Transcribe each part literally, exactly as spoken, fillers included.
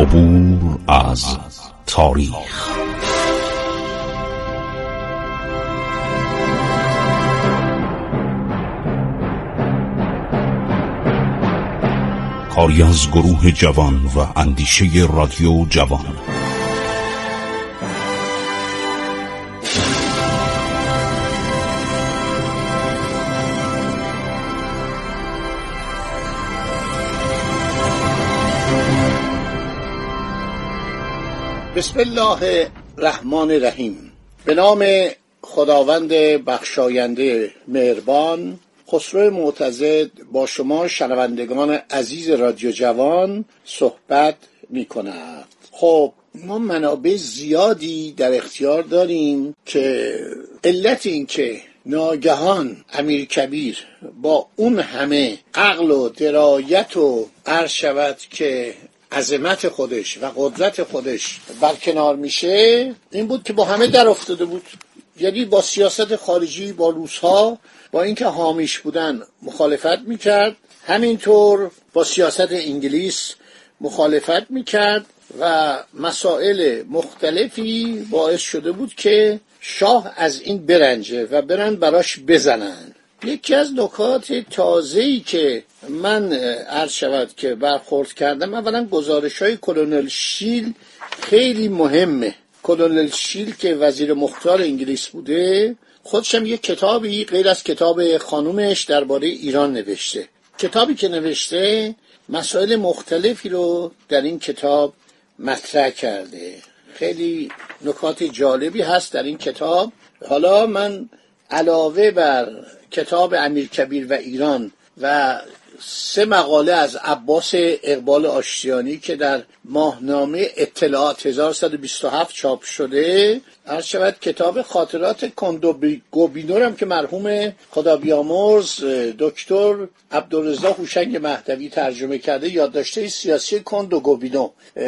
عبور از تاریخ. کاری از گروه جوان و اندیشه رادیو جوان. بسم الله الرحمن الرحیم. به نام خداوند بخشاینده مهربان. خسرو معتضد با شما شنوندگان عزیز رادیو جوان صحبت می کند. خب ما منابع زیادی در اختیار داریم که علت این که ناگهان امیرکبیر با اون همه عقل و درایت و عرض شود که عظمت خودش و قدرت خودش برکنار میشه، این بود که با همه در افتاده بود. یعنی با سیاست خارجی، با روس‌ها، با اینکه حامیش بودن مخالفت میکرد، همینطور با سیاست انگلیس مخالفت میکرد و مسائل مختلفی باعث شده بود که شاه از این برنجه و برن براش بزنن. یکی از نکات تازه‌ای که من عرض شود که برخورد کردم، اولا گزارش‌های کلونل شیل خیلی مهمه. کلونل شیل که وزیر مختار انگلیس بوده، خودشم یک کتابی غیر از کتاب خانومش درباره ایران نوشته. کتابی که نوشته مسائل مختلفی رو در این کتاب مطرح کرده. خیلی نکات جالبی هست در این کتاب. حالا من علاوه بر کتاب امیرکبیر و ایران و سه مقاله از عباس اقبال آشتیانی که در ماهنامه اطلاعات هزار و صد و بیست و هفت چاپ شده، عرض شود کتاب خاطرات کند گوبینو هم که مرحوم خدا بیامرز دکتر عبدالرضا هوشنگ مهدوی ترجمه کرده، یادداشته سیاسی کند گوبینو،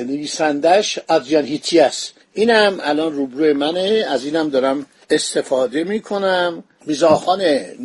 نویسندش ادریان هیتی است. اینم الان روبروی منه، از اینم دارم استفاده میکنم. میرزاخان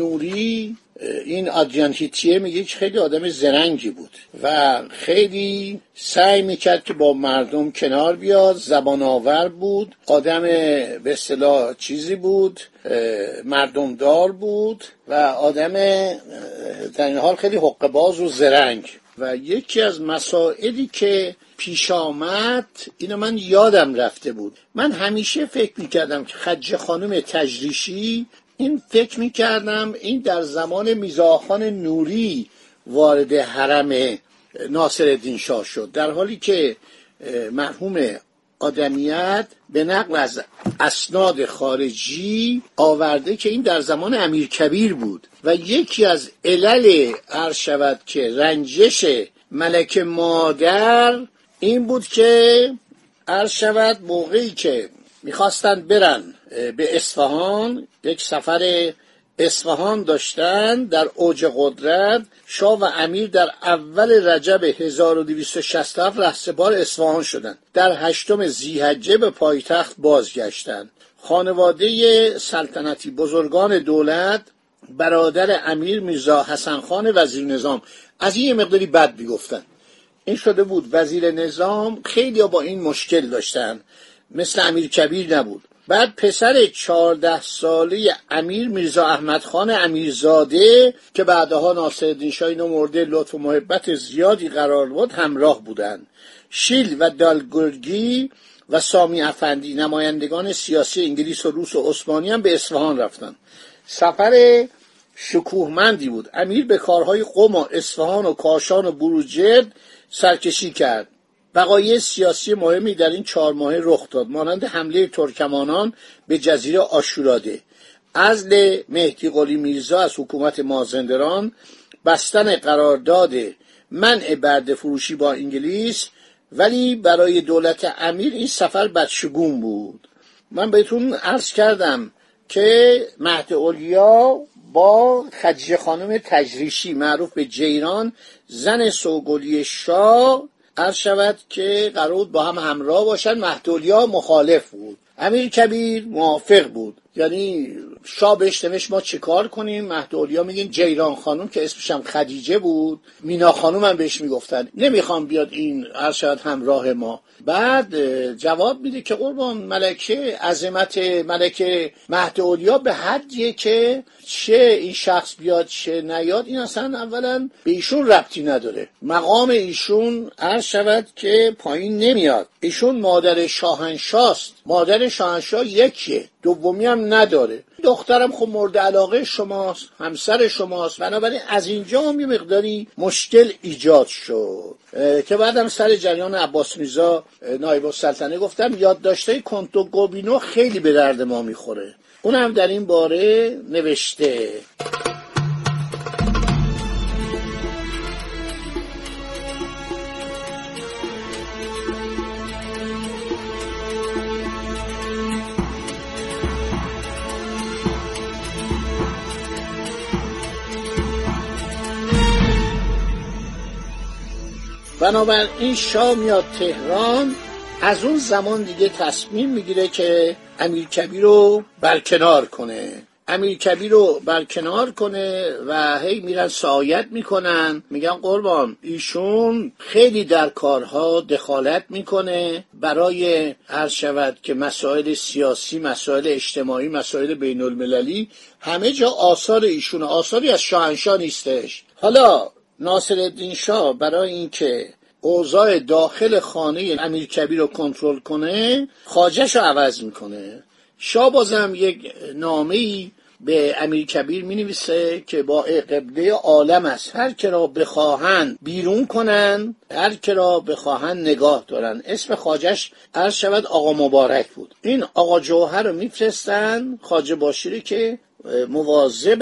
نوری، این ادریان هیتیه، میگه که خیلی آدم زرنگی بود و خیلی سعی میکرد که با مردم کنار بیاد، زبان آور بود، آدم به اصطلاح چیزی بود، مردم دار بود و آدم در این حال خیلی حقه باز و زرنگ. و یکی از مسائلی که پیش آمد، اینو من یادم رفته بود، من همیشه فکر میکردم که خدیجه خانم تجریشی، این فکر میکردم این در زمان میرزاخان نوری وارد حرم ناصرالدین شاه شد، در حالی که مرحوم آدمیت به نقل از اسناد خارجی آورده که این در زمان امیرکبیر بود. و یکی از علل عرض شود که رنجش ملکه مادر این بود که عرض شود موقعی که میخواستن برن به اصفهان، یک سفر اصفهان داشتن در اوج قدرت، شاه و امیر در اول رجب هزار و دویست و شصت و هفت رهسپار اصفهان شدند. در هشتم ذی‌حجه به پایتخت بازگشتند. خانواده سلطنتی، بزرگان دولت، برادر امیر میرزا حسن خان وزیر نظام از این یه مقداری بد میگفتن. این شده بود وزیر نظام، خیلی با این مشکل داشتن، مثل امیرکبیر نبود. بعد پسر چهارده ساله امیر میرزا احمد خان امیرزاده که بعدها ناصرالدین شاه اینو مورد لطف و محبت زیادی قرار بود، همراه بودند. شیل و دالگرگی و سامی افندی، نمایندگان سیاسی انگلیس و روس و عثمانی، هم به اصفهان رفتند. سفر شکوهمندی بود. امیر به کارهای قم و اصفهان و کاشان و بروجرد سرکشی کرد. وقایع سیاسی مهمی در این چهار ماهه رخ داد، مانند حمله ترکمانان به جزیره آشوراده، عزل مهدی قلی میرزا از حکومت مازندران، بستن قرارداد منع برده فروشی با انگلیس. ولی برای دولت امیر این سفر بدشگون بود. من بهتون عرض کردم که مهداولیا با خدیجه خانم تجریشی معروف به جیران، زن سوگلی شاه، عرض شود که قرار بود با هم همراه باشن. مهداولیا مخالف بود، امیرکبیر موافق بود. یعنی شاه بهش نوشت ما چه کار کنیم. مهدولیا میگین جیران خانم که اسمش هم خدیجه بود، مینا خانم هم بهش میگفتن نمیخوام بیاد این ارشد همراه ما. بعد جواب میده که قربان ملکه عظمت ملکه مهدولیا به حدیه که چه این شخص بیاد چه نیاد این اصلا اولا به ایشون ربطی نداره، مقام ایشون عرض شود که پایین نمیاد، ایشون مادر شاهنشاست، مادر شاهنشاه یکیه، دومی هم نداره، دخترم خب مورد علاقه شماست، همسر شماست. بنابراین از اینجا هم یه مقداری مشکل ایجاد شد که بعدم سر جریان عباس میرزا نایب السلطنه گفتم یادداشت‌های کنتو گوبینو خیلی به درد ما میخوره، اونم در این باره نوشته. بنابراین شاه میاد تهران، از اون زمان دیگه تصمیم میگیره که امیرکبیر رو برکنار کنه، امیرکبیر رو برکنار کنه و هی میرن سعایت میکنن، میگن قربان ایشون خیلی در کارها دخالت میکنه برای عرض شود که مسائل سیاسی، مسائل اجتماعی، مسائل بین المللی همه جا آثار ایشون، آثاری از شاهنشاه نیستش. حالا ناصرالدین شاه برای اینکه اوضاع داخل خانه امیرکبیر رو کنترل کنه خواجه‌ش رو عوض میکنه. شاه بازم یک نامه‌ای به امیرکبیر می‌نویسه که با قبله عالم است، هر که را بخواهند بیرون کنن، هر که را بخواهند نگاه دارن. اسم خواجه‌ش عرض شود آقا مبارک بود. این آقا جوهر رو میفرستن خواجه باشیری که مواظب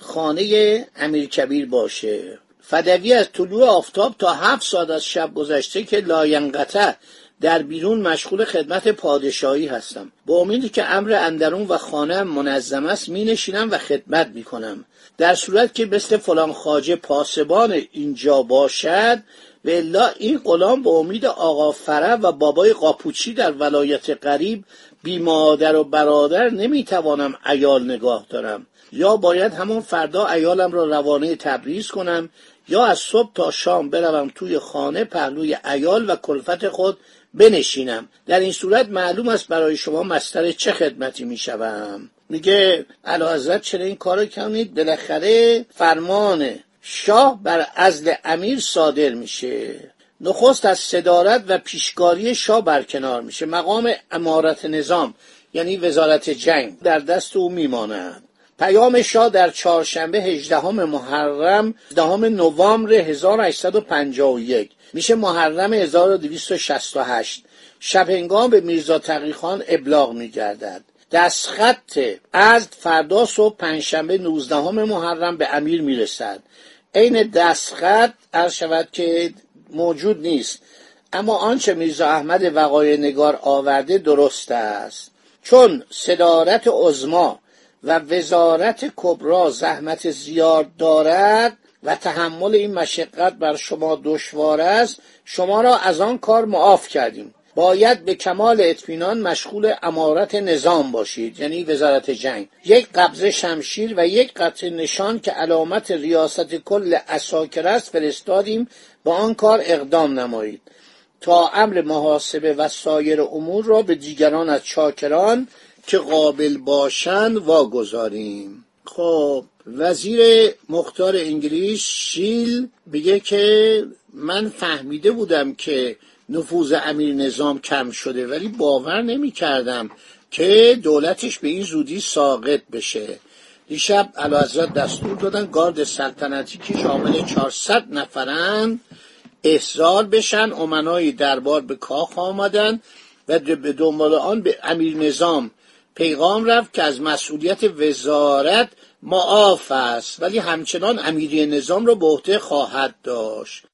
خانه امیرکبیر باشه. فدوی از طلوع آفتاب تا هفت ساعت از شب گذشته که لاینقطع در بیرون مشغول خدمت پادشاهی هستم. با امیدی که امر اندرون و خانه منظم است می نشینم و خدمت می کنم. در صورت که مثل فلان خواجه پاسبان اینجا باشد و الا این غلام به امید آقا فرح و بابای قاپوچی در ولایت قریب بی مادر و برادر نمی توانم عیال نگاه دارم. یا باید همون فردا عیالم را روانه تبریز کنم یا از صبح تا شام بروم توی خانه پهلوی عیال و کلفت خود بنشینم. در این صورت معلوم است برای شما مستر چه خدمتی می شوم. میگه اعلیحضرت چرا این کارو کنید؟ بالاخره فرمان شاه بر عزل امیر صادر میشه، نخست از صدارت و پیشکاری شاه برکنار میشه، مقام امارت نظام یعنی وزارت جنگ در دست او میماند. پیام شاه در چهارشنبه هجدهم محرم هجدهم نوامبر هزار و هشتصد و پنجاه و یک میشه محرم هزار و دویست و شصت و هشت شب هنگام به میرزا تقی‌خان ابلاغ میگردد. دستخط از فردا صبح پنجشنبه نوزدهم محرم به امیر میرسد. عین دستخط عرض شود که موجود نیست، اما آنچه میرزا احمد وقایع نگار آورده درست است، چون صدارت عظما و وزارت کبرا زحمت زیاد دارد و تحمل این مشقت بر شما دشوار است، شما را از آن کار معاف کردیم. باید به کمال اطمینان مشغول امارت نظام باشید، یعنی وزارت جنگ. یک قبضه شمشیر و یک قطع نشان که علامت ریاست کل عساکر است فرستادیم، با آن کار اقدام نمایید تا امر محاسبه و سایر امور را به دیگران از چاکران که قابل باشند واگذاریم. خب وزیر مختار انگلیس شیل بگه که من فهمیده بودم که نفوذ امیر نظام کم شده، ولی باور نمی کردم که دولتش به این زودی ساقط بشه. دیشب اعلیحضرت دستور دادن گارد سلطنتی که شامل چهارصد نفرن احضار بشن. امنای دربار به کاخ آمدن و به دنبال آن به امیر نظام پیغام رفت که از مسئولیت وزارت معاف است، ولی همچنان امیری نظام را به عهده خواهد داشت.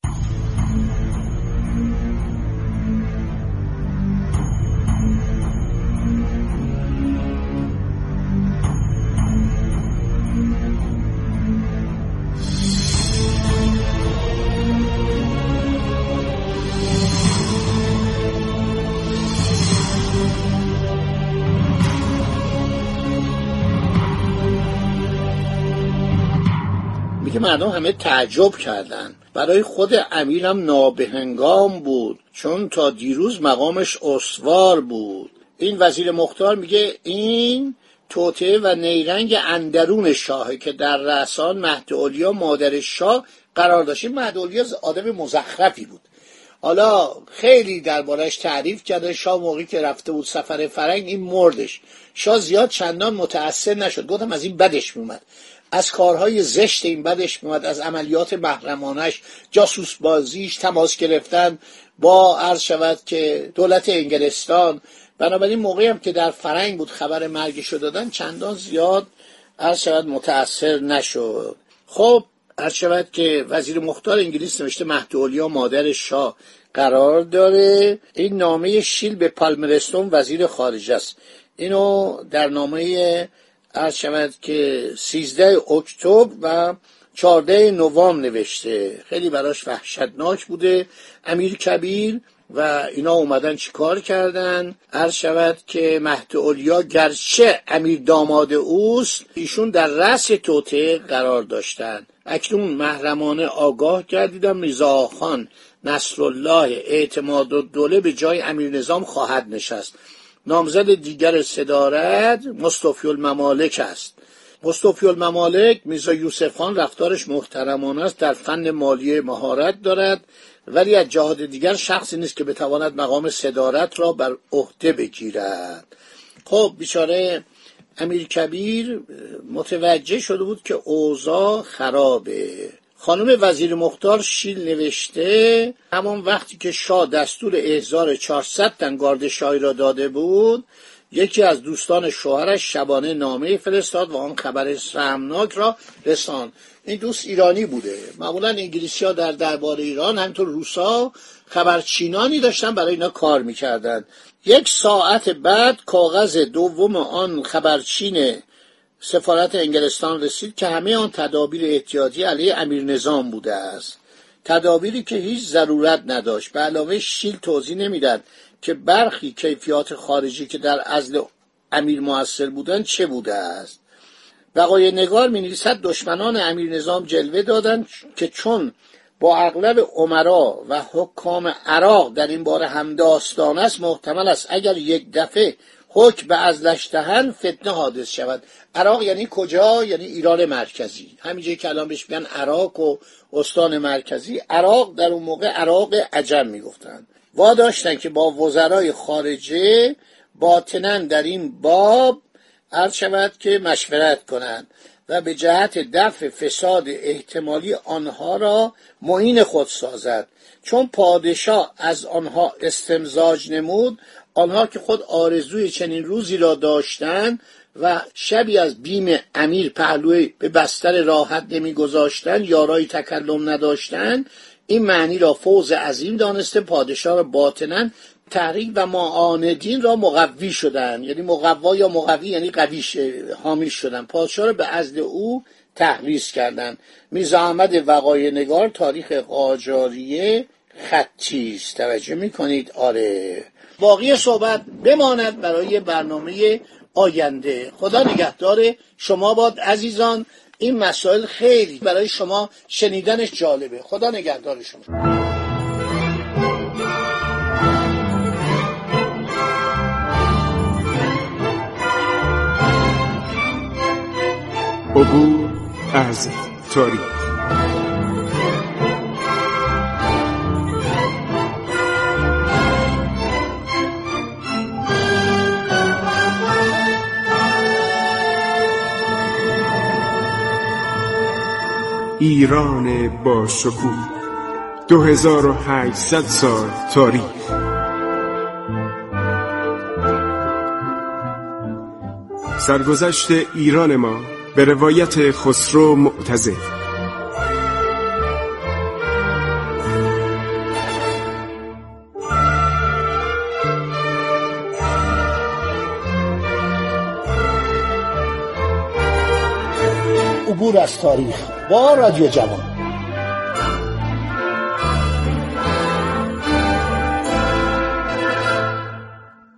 البته مردم همه تعجب کردند. برای خود امیرم نابهنگام بود، چون تا دیروز مقامش استوار بود. این وزیر مختار میگه این توطئه و نیرنگ اندرون شاهه که در رأسان مهدعلیا مادر شاه قرار داشت. مهدعلیا آدم مزخرفی بود. حالا خیلی دربارش تعریف کرده. شاه موقعی که رفته بود سفر فرنگ این مردش. شاه زیاد چندان متأثر نشد. گفتم از این بدش میومد، از کارهای زشت این بدش میومد، از عملیات محرمانش، جاسوس بازیش، تماس گرفتن با عرض شود که دولت انگلستان. بنابراین موقعی هم که در فرنگ بود خبر مرگشو دادن چندان زیاد عرض شود متأثر نشد. خب عرض شود که وزیر مختار انگلیس نوشته مهدعلیا مادر شاه قرار داره. این نامه شیل به پالمرستون وزیر خارجه است. اینو در نامه عرض شود که سیزده اکتبر و چهارده نوامبر نوشته. خیلی براش وحشتناک بوده. امیر کبیر و اینا اومدن چیکار کردن؟ عرض شود که مهدعلیا گرچه امیر داماد اوست، ایشون در رأس توطئه قرار داشتن. اکنون محرمانه آگاه گردیدم میرزا خان نصرالله اعتمادالدوله به جای امیر نظام خواهد نشست. نامزد دیگر صدارت مصطفی الممالک است. مصطفی الممالک میرزا یوسف خان رفتارش محترمانه است، در فن مالیه مهارت دارد، ولی از جهات دیگر شخصی نیست که بتواند مقام صدارت را بر عهده بگیرد. خب بیچاره امیر کبیر متوجه شده بود که اوضاع خرابه. خانم وزیر مختار شیل نوشته همان وقتی که شاه دستور احضار چهارصد تن گارد شاهی را داده بود، یکی از دوستان شوهرش شبانه نامه فرستاد و آن خبر سهمناک را رساند. این دوست ایرانی بوده. معمولا انگلیسی ها در دربار ایران همینطور روسا خبرچینانی داشتن برای اینا کار میکردن. یک ساعت بعد کاغذ دوم آن خبرچین سفارت انگلستان رسید که همه آن تدابیر احتیاطی علیه امیر نظام بوده است، تدابیری که هیچ ضرورت نداشت. به علاوه شیل توضیح نمیداد که برخی کیفیات خارجی که در عزل امیر مؤثر بودند چه بوده است. وقایع نگار می نویسد دشمنان امیر نظام جلوه دادند که چون با اغلب امرا و حکام عراق در این باره همداستان است، محتمل است اگر یک دفعه حکم به عزلش دهند فتنه حادث شود. عراق یعنی کجا؟ یعنی ایران مرکزی، همینجایی که الان بهش میگن عراق و استان مرکزی. عراق در اون موقع عراق عجم میگفتند. واداشتن که با وزرای خارجه باطناً در این باب عرض شود که مشورت کنند و به جهت دفع فساد احتمالی آنها را معین خود سازد. چون پادشاه از آنها استمزاج نمود، آنها که خود آرزوی چنین روزی را داشتند و شبی از بیم امیر پهلوی به بستر راحت نمی گذاشتند، یارای تکلم نداشتند، این معنی را فوز عظیم دانسته پادشاه را باطناً تحریک و معاندین را مقوی شدن. یعنی مقوا یا مقوی یعنی قوی حامی شدن. پادشاه را به عزل او تحریض کردند. میرزا احمد وقایع نگار تاریخ قاجاریه خطی است. توجه میکنید؟ آره. باقی صحبت بماند برای برنامه آینده. خدا نگهدار شما باد عزیزان. این مسائل خیلی برای شما شنیدنش جالبه. خدا نگهدار شما. عبور از تاریخ. ایران با شکوه، دو هزار و هشتصد سال تاریخ. سرگذشت ایران ما به روایت خسرو معتزد. عبور از تاریخ با رادیو جوان.